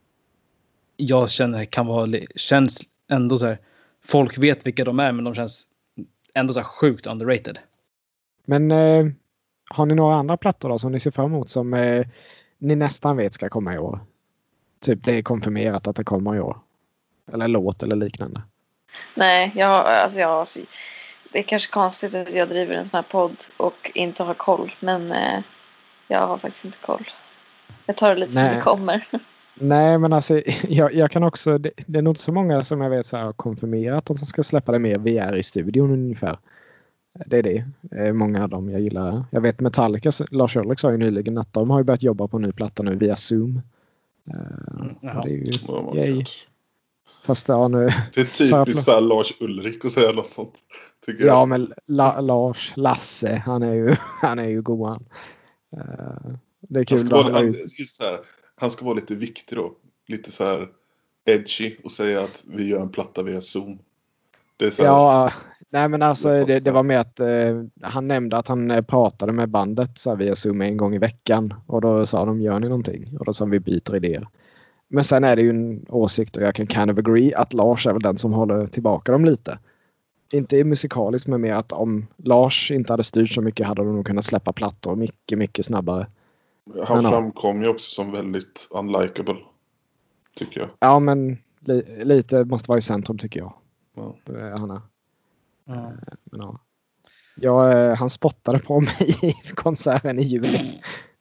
jag känner kan vara, känns ändå så här, folk vet vilka de är men de känns ändå så här sjukt underrated. Men eh, har ni några andra plattor då som ni ser fram emot som eh, ni nästan vet ska komma i år? Typ det är konfirmerat att det kommer i år. Eller låt eller liknande. Nej, jag, alltså jag, det är kanske konstigt att jag driver en sån här podd och inte har koll. Men eh, jag har faktiskt inte koll. Jag tar det lite Nej. som det kommer. Nej, men alltså jag, jag kan också, det, det är nog inte så många som jag vet så här har konfirmerat att de ska släppa det mer V R i studion ungefär. Det är det. Eh, många av dem jag gillar. Jag vet Metallica, Lars Ulrik sa ju nyligen att de har ju börjat jobba på en ny platta nu via Zoom. Uh, mm, det är ju oh yay. Fast ja, nu det är typiskt så Lars Ulrik att säga något sånt, tycker ja, jag. men La, Lars Lasse, han är ju han är ju god han. Uh, det är kul då vara, han, just så här, han ska vara lite viktig då, lite så här edgy och säga att vi gör en platta via Zoom. Det är så här, ja, nej men alltså det, det var med att eh, han nämnde att han eh, pratade med bandet så här, via Zoom en gång i veckan och då sa de gör ni någonting och då sa vi byter idéer. Men sen är det ju en åsikt och jag kan kind of agree att Lars är väl den som håller tillbaka dem lite. Inte musikaliskt men mer att om Lars inte hade styrt så mycket hade de nog kunnat släppa plattor mycket, mycket snabbare. Han men, framkom ju också som väldigt unlikable, tycker jag. Ja men li- lite måste vara i centrum tycker jag. Ja. Han är. Mm. Men, ja. Jag, han spottade på mig i konserten i juli.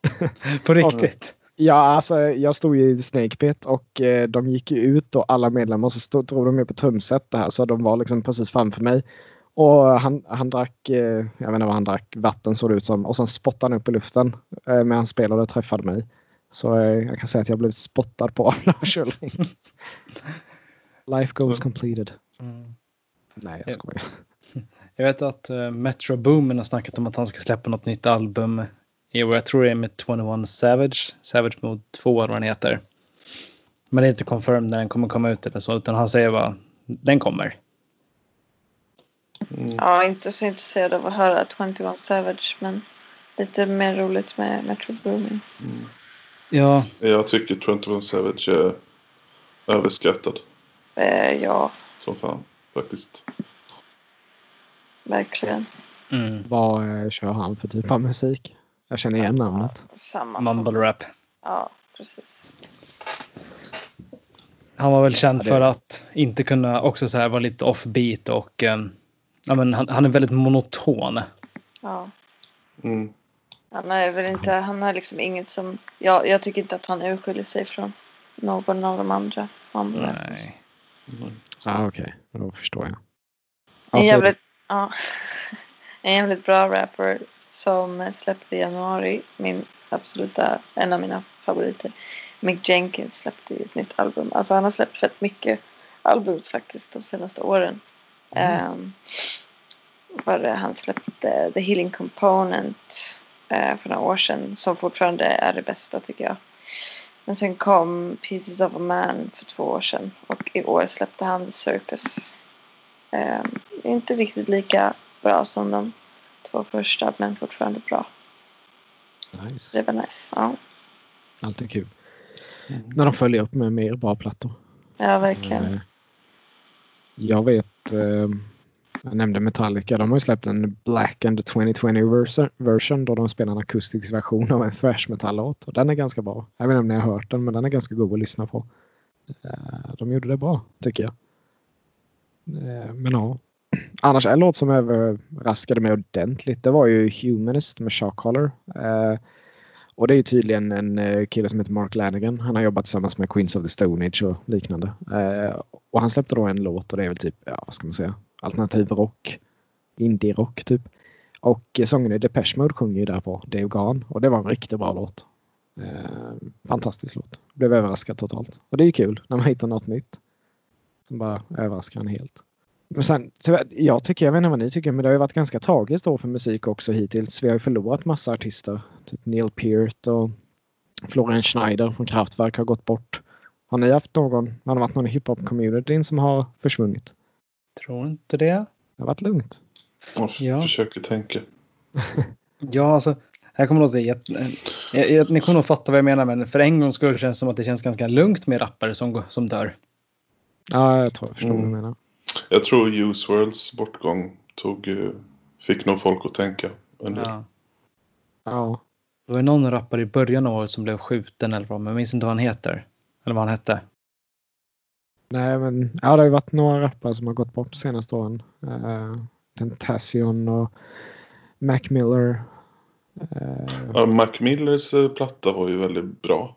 På riktigt? Ja, alltså jag stod i Snake Pit och eh, de gick ju ut och alla medlemmar så stod, drog de med på trumset här så de var liksom precis framför mig. Och han, han drack, eh, jag vet inte vad han drack, vatten såg det ut som. Och sen spottade han upp i luften eh, medan han spelade och träffade mig. Så eh, jag kan säga att jag blev spottad på av Lars Ulrik. Life goals completed. Mm. Nej, jag skojar. Jag vet att uh, Metro Boomin har snackat om att han ska släppa något nytt album i år. Jag tror det är med tjugoett Savage. Savage Mode två eller vad den heter. Men det är inte confirmed när den kommer komma ut eller så. Utan han säger bara, den kommer. Mm. Ja, inte så intresserad av att höra tjugoett Savage. Men lite mer roligt med Metro Boomin. Mm. Ja. Jag tycker tjugoett Savage är överskattad. Eh, ja. Som fan, faktiskt. Verkligen. Mm. Vad eh, kör han för typ av musik? Jag känner igen namnet. Ja, samma Mumble som... rap. Ja, precis. Han var väl känd ja, det... för att inte kunna också så här vara lite offbeat och um, ja, men han, han är väldigt monoton. Ja. Mm. Han är väl inte, han har liksom inget som, jag, jag tycker inte att han urskiljer sig från någon av de andra. andra. Nej. Mm. Ah, okej. Okay. Då förstår jag. En Alltså, jävligt, ja, en jävligt bra rapper som släppte i januari, min absoluta, en av mina favoriter, Mick Jenkins, släppte ju ett nytt album. Alltså han har släppt fett mycket albums faktiskt de senaste åren. Mm. Um, var det, han släppte The Healing Component uh, för några år sedan, som fortfarande är det bästa tycker jag. Men sen kom Pieces of a Man för två år sedan, och i år släppte han The Circus. Um, inte riktigt lika bra som de två första, men fortfarande bra. nice. Det var nice, ja. Alltid kul. Mm. När de följer upp med mer bra plattor. Ja, verkligen. Eh, jag vet, eh, jag nämnde Metallica, de har ju släppt en Black and the tjugo tjugo version då de spelar en akustisk version av en thrash metal-låt. Och den är ganska bra. Jag vet inte om ni har hört den, men den är ganska god att lyssna på. Eh, de gjorde det bra, tycker jag. Eh, men ja. Annars en låt som överraskade mig ordentligt, det var ju Humanist med Shock Collar. Eh, och det är ju tydligen en eh, kille som heter Mark Lanigan. Han har jobbat tillsammans med Queens of the Stone Age och liknande. Eh, och han släppte då en låt, och det är väl typ, ja vad ska man säga, alternativ rock, indie-rock typ. Och eh, sången i Depeche Mode sjunger ju där på Dave Gahan. Och det var en riktigt bra låt. Eh, fantastisk låt. Blev överraskad totalt. Och det är ju kul när man hittar något nytt som bara överraskar en helt. Men sen, jag tycker, jag vet inte vad ni tycker, men det har ju varit ganska tragiskt då för musik också hittills. Vi har ju förlorat massa artister. Typ Neil Peart och Florian Schneider från Kraftwerk har gått bort. Har ni haft någon, har det varit någon hiphop-community som har försvunnit? Tror inte det. Det har varit lugnt. Jag Ja. försöker tänka. Ja, alltså. Här kommer låta jätte... jag, jag, ni kommer nog fatta vad jag menar, men för en gång skulle det känns som att det känns ganska lugnt med rappare som, som dör. Ja, jag tror jag förstår Mm. vad du menar. Jag tror Use Worlds bortgång tog, eh, fick nog folk att tänka en del. Ja. Ja. Det var någon rappare i början av året som blev skjuten eller vad, men jag minns inte vad han heter. Eller vad han hette. Nej, men ja, det har ju varit några rappare som har gått bort senaste åren. Uh, Tentacion och Mac Miller. Uh, Ja, Mac Millers eh, platta var ju väldigt bra.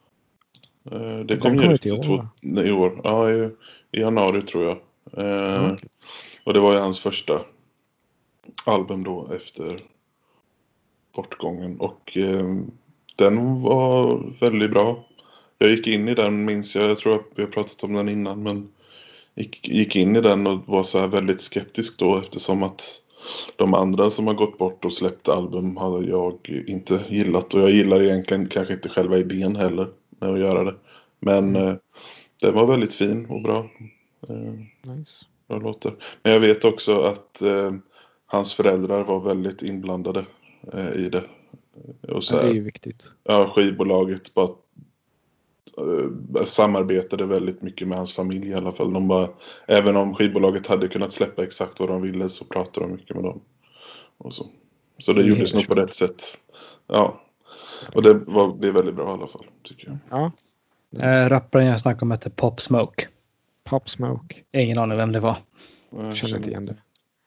Eh, det kom ju ut i år, två, va? nej, i år. Ja, i, i januari tror jag. Eh, Mm. Och det var ju hans första album då efter bortgången. Och eh, den var väldigt bra. Jag gick in i den, minns jag. Jag tror att vi har pratat om den innan. Men gick, gick in i den och var så här väldigt skeptisk då. Eftersom att de andra som har gått bort och släppt album hade jag inte gillat. Och jag gillar egentligen kanske inte själva idén heller med att göra det. Men eh, den var väldigt fin och bra. Eh, Nice. bra låtar. Men jag vet också att eh, hans föräldrar var väldigt inblandade eh, i det. Och så Ja, det är här, ju viktigt. ja, skivbolaget bara eh, samarbetade väldigt mycket med hans familj i alla fall. De bara, även om skivbolaget hade kunnat släppa exakt vad de ville så pratade de mycket med dem. Och så. Så det Det är gjordes nog på hedersvärt. rätt sätt. Ja. Och det, var, det är väldigt bra i alla fall, tycker jag. Ja. Eh, rapparen jag snackade om hette Pop Smoke. Pop Smoke. Ingen aning vem det var. Jag Känner inte igen det.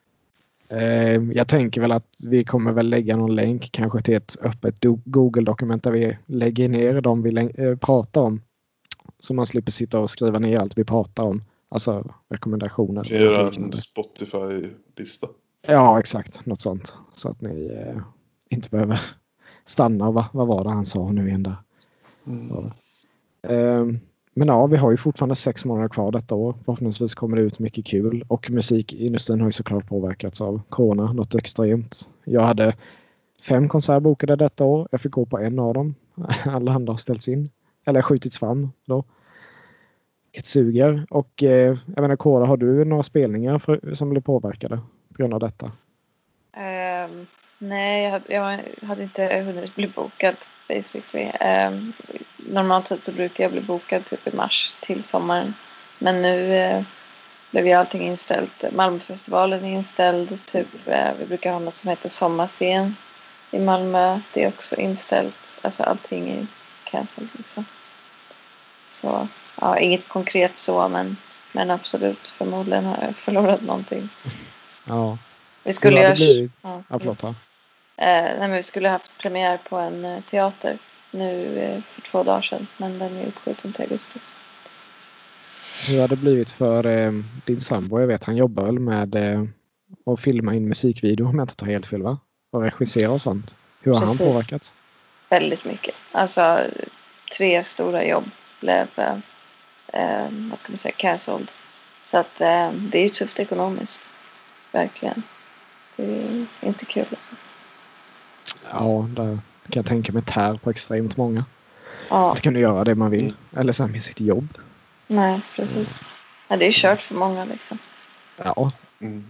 Eh, jag tänker väl att vi kommer väl lägga någon länk kanske till ett öppet do- Google-dokument där vi lägger ner de vi lä- eh, pratar om. Så man slipper sitta och skriva ner allt vi pratar om. Alltså rekommendationer. Kan göra och en liknande. Spotify-lista. Ja, exakt. Något sånt. Så att ni eh, inte behöver stanna. Va? Vad var det han sa nu igen där? Mm. Ja. Eh, men ja, vi har ju fortfarande sex månader kvar detta år. Förhoppningsvis kommer det ut mycket kul. Och musikindustrin har ju såklart påverkats av corona. Något extremt. Jag hade fem konserter bokade detta år. Jag fick gå på en av dem. Alla andra har ställts in. Eller skjutits fram då. Vilket suger. Och eh, jag menar, Kåra, har du några spelningar för, som blev påverkade på grund av detta? Um, nej, jag hade, jag hade inte hunnit bli bokad basically. Um, normalt sett så brukar jag bli bokad typ i mars till sommaren. Men nu uh, blev ju allting inställt. Malmöfestivalen är inställd. Typ, uh, vi brukar ha något som heter sommarscen i Malmö. Det är också inställt. Alltså allting är cancelled liksom. Så ja, inget konkret så, men, men absolut förmodligen har jag förlorat någonting. Ja. Vi skulle Hur ju... hade det blivit? Ja, Ja, förlåt. Ja. nej, men vi skulle haft premiär på en eh, teater nu eh, för två dagar sedan. Men den är uppskjuten till augusti. Hur har det blivit för eh, din sambo? Jag vet, han jobbar väl med eh, att filma in musikvideo om jag inte tar helt fel, va? Och regissera och sånt. Hur har Precis. han påverkats? Väldigt mycket. Alltså tre stora jobb blev eh, eh, vad ska man säga, cancelled. Så att eh, det är ju tufft ekonomiskt. Verkligen. Det är inte kul alltså. Ja, det kan jag tänka mig tär på extremt många. Ja. Att kunna göra det man vill. Eller sen med sitt jobb. Nej, precis. Ja, det är kört för många liksom. Ja. Mm.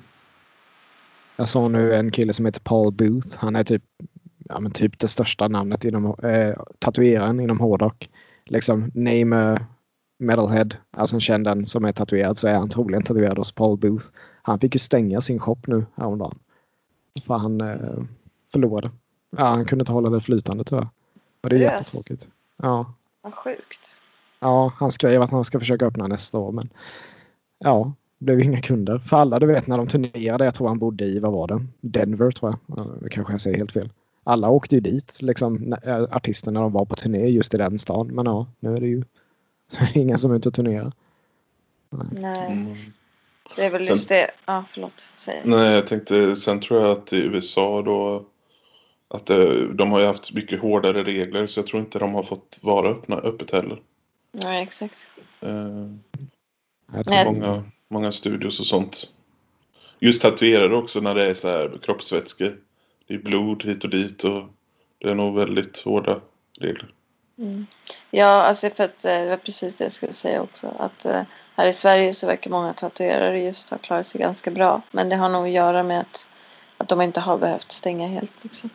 Jag såg nu en kille som heter Paul Booth. Han är typ, ja, men typ det största namnet inom eh, tatueraren inom hårdrock. Liksom name a metalhead, alltså en känd den som är tatuerad, så är han troligen tatuerad hos Paul Booth. Han fick ju stänga sin shop nu häromdagen. För han eh, förlorade. Ja, han kunde inte hålla det flytande tyvärr. Och det är Seriöst? jättetråkigt. Ja. Vad sjukt. Ja, han skrev att han ska försöka öppna nästa år, men ja, det blev inga kunder. För alla, du vet, när de turnerade, jag tror han bodde i, vad var det? Denver, tror jag. Ja, kanske jag säger helt fel. Alla åkte ju dit, liksom, artisterna, de var på turné just i den stan. Men ja, nu är det ju ingen som är ute och turnerar. Nej. Mm. Det är väl Sen- just det. Ja, förlåt. Säg. Nej, jag tänkte, sen tror jag att i U S A då, att eh, de har ju haft mycket hårdare regler, så jag tror inte de har fått vara öppna öppet heller. Nej, exakt. Eh, Jag tror Nej. många, många studios och sånt. Just tatuerade också när det är så här kroppsvätskor. Det är blod hit och dit och det är nog väldigt hårda regler. Mm. Ja, alltså för att eh, det var precis det jag skulle säga också. Att eh, här i Sverige så verkar många tatuerare just ha klarat sig ganska bra. Men det har nog att göra med att, att de inte har behövt stänga helt liksom.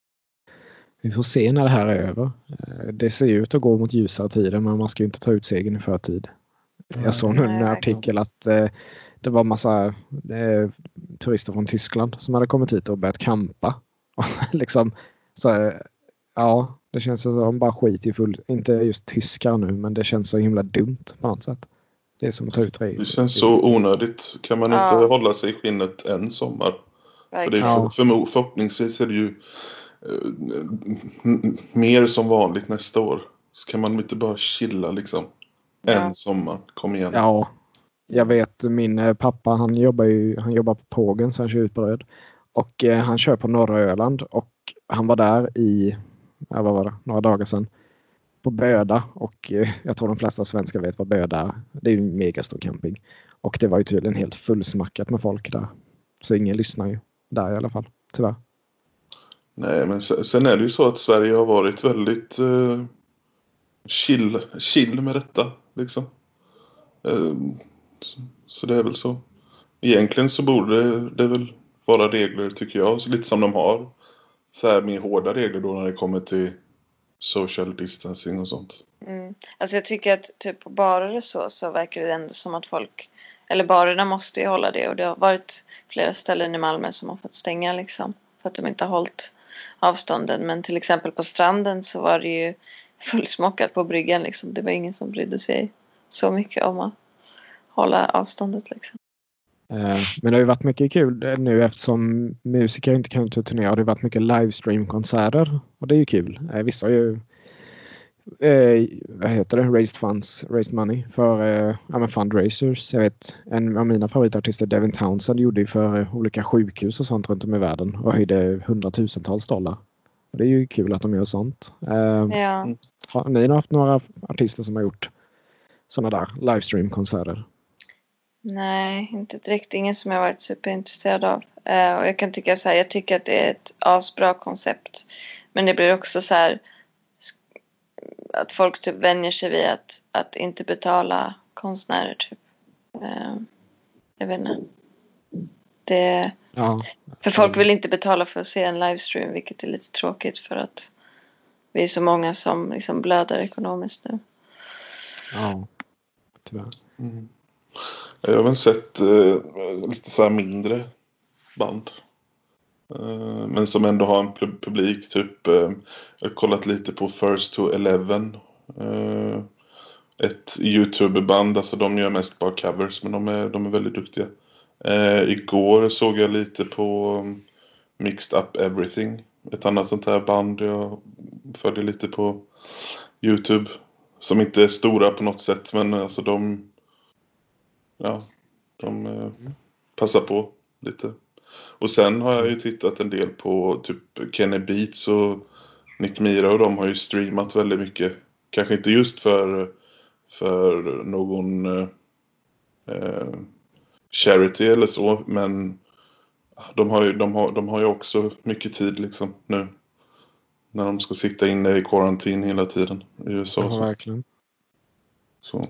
Vi får se när det här är över. Eh, Det ser ju ut att gå mot ljusare tider, men man ska ju inte ta ut segern i förtid. Jag såg nu Nej, en artikel att eh, det var massa eh, turister från Tyskland som hade kommit hit och börjat campa. liksom, så, eh, ja, det känns som att de bara skit i full... Inte just tyskar nu, men det känns så himla dumt på något sätt. Det är som att ta ut regler. Det känns så onödigt. Kan man Ja. inte hålla sig i skinnet en sommar? För, det är Ja. för, för, förhoppningsvis är det ju eh, m- mer som vanligt nästa år. Så kan man inte bara chilla liksom. Ja. En sommar. Kom igen. Ja, jag vet, min eh, pappa, han jobbar ju han jobbar på Pågen, så han kör ut bröd. Och eh, han kör på norra Öland, och han var där i, ja, vad var det, några dagar sedan på Böda, och eh, jag tror de flesta svenskar vet vad Böda är. Det är ju en megastor camping. Och det var ju tydligen helt fullsmackat med folk där. Så ingen lyssnar ju där i alla fall, tyvärr. Nej, men sen, sen är det ju så att Sverige har varit väldigt eh, chill, chill med detta liksom. Eh, så, så det är väl så. Egentligen så borde det väl vara regler, tycker jag, så lite som de har. Så här mer hårda regler då när det kommer till social distancing och sånt. Mm. Alltså jag tycker att typ på barer och så, så verkar det ändå som att folk, eller barerna måste ju hålla det, och det har varit flera ställen i Malmö som har fått stänga liksom för att de inte har hållit avstånden. Men till exempel på stranden så var det ju fullsmockat på bryggan liksom. Det var ingen som brydde sig så mycket om att hålla avståndet liksom. Eh, Men det har ju varit mycket kul nu eftersom musiker inte kan ut och turnera. Det har varit mycket livestream-konserter, och det är ju kul. Eh, Vissa har ju eh, vad heter det? Raised funds, raised money för eh, ja, men fundraisers. Jag vet, en av mina favoritartister, Devin Townsend, gjorde ju för eh, olika sjukhus och sånt runt om i världen och höjde hundratusentals dollar. Och det är ju kul att de gör sånt. Eh, Ja. Har ni haft några artister som har gjort sådana där livestream-konserter? Nej, inte direkt. Ingen som jag varit superintresserad av. Eh, och jag kan tycka så här, jag tycker att det är ett asbra koncept. Men det blir också så här sk- att folk typ vänjer sig vid att, att inte betala konstnärer typ. Eh, jag vet inte. Det, Ja. för folk vill inte betala för att se en livestream, vilket är lite tråkigt för att vi är så många som liksom blöder ekonomiskt nu. Ja, tyvärr. Mm. Jag har väl sett eh, lite så här mindre band. Eh, men som ändå har en pub- publik. Typ, eh, jag har kollat lite på First to Eleven. Eh, ett YouTube-band. Alltså de gör mest bara covers, men de är, de är väldigt duktiga. Eh, igår såg jag lite på um, Mixed Up Everything. ett annat sånt här band jag följer lite på YouTube. Som inte är stora på något sätt, men alltså de... Ja, de eh, passar på lite. Och sen har jag ju tittat en del på typ Kenny Beats och Nick Mira, och de har ju streamat väldigt mycket. Kanske inte just för, för någon eh, charity eller så, men de har, ju, de, har, de har ju också mycket tid liksom nu. När de ska sitta inne i karantin hela tiden i U S A. Ja, så. verkligen. Så.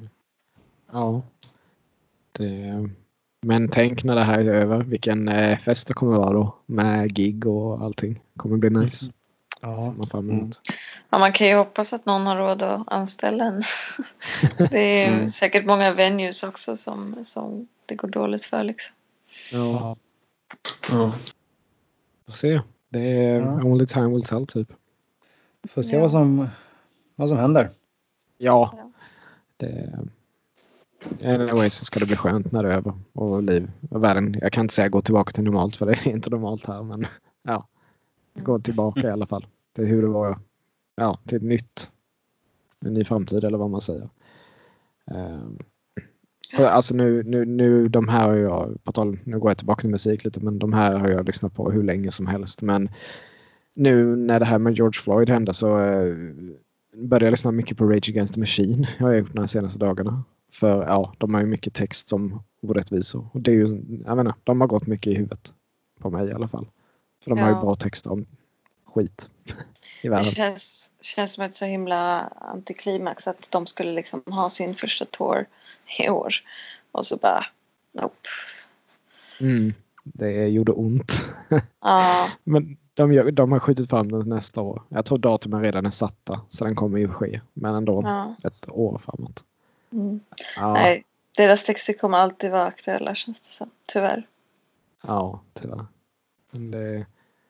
Ja. Det... Men tänk när det här är över, vilken eh, fest det kommer vara då. Med gig och allting. Kommer bli nice. Ja. Ser man fram emot. Ja, man kan ju hoppas att någon har råd att anställa en. Det är Mm. säkert många venues också som, som det går dåligt för liksom. Ja, Ja. får se. Det är Ja. only time will tell typ. Får se Ja. vad, som, vad som händer. Ja. Ja. Det... Anyway så ska det bli skönt när det är över. Och liv och världen. Jag kan inte säga gå tillbaka till normalt, för det är inte normalt här. Men ja, gå tillbaka i alla fall. Det är hur det var. Ja, till ett nytt. En ny framtid eller vad man säger. Um, alltså nu, nu, nu de här har jag, på tal, nu går jag tillbaka till musik lite, men de här har jag lyssnat på hur länge som helst. Men nu när det här med George Floyd hände så uh, började jag lyssna mycket på Rage Against the Machine. Jag har gjort de här senaste dagarna. För ja, de har ju mycket text som orättvisor. Och det är ju, jag menar, de har gått mycket i huvudet. På mig i alla fall. För de Ja. har ju bra texter om skit i Det världen. känns, känns som ett så himla antiklimax att de skulle liksom ha sin första tour i år. Och så bara, nope. Mm, det gjorde ont. Ja, Men de, gör, de har skjutit fram den nästa år. Jag tror datumen redan är satta. Så den kommer ju ske. Men ändå ja. ett år framåt. Mm. Ja, Nej, deras texter kommer alltid vara aktuella, känns det som. Tyvärr. ja tyvärr. Men det,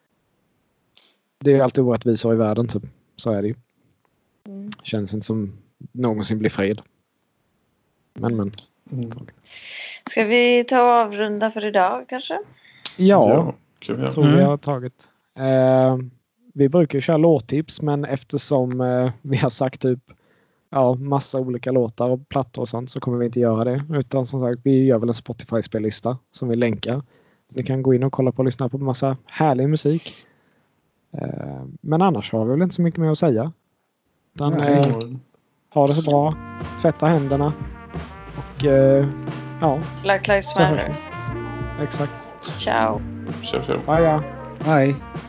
det är ju alltid orättvisor i världen typ. Så är det ju. Mm. Känns inte som någonsin blir fred. Men men. Mm. Ska vi ta och avrunda för idag kanske? Ja, Ja, kan vi jag göra. tror vi Mm. har tagit. Eh, vi brukar ju köra låttips, men eftersom eh, vi har sagt typ ja, massa olika låtar och plattor och sånt, så kommer vi inte göra det. Utan som sagt, vi gör väl en Spotify-spellista som vi länkar. Ni kan gå in och kolla på och lyssna på massa härlig musik. Eh, men annars har vi väl inte så mycket mer att säga. Utan, Nej. eh, ha det så bra. Tvätta händerna. Och eh, ja, Black Lives så hörs Matter. vi. Exakt. Ciao. Kör, kör. Ja, ja. Hej.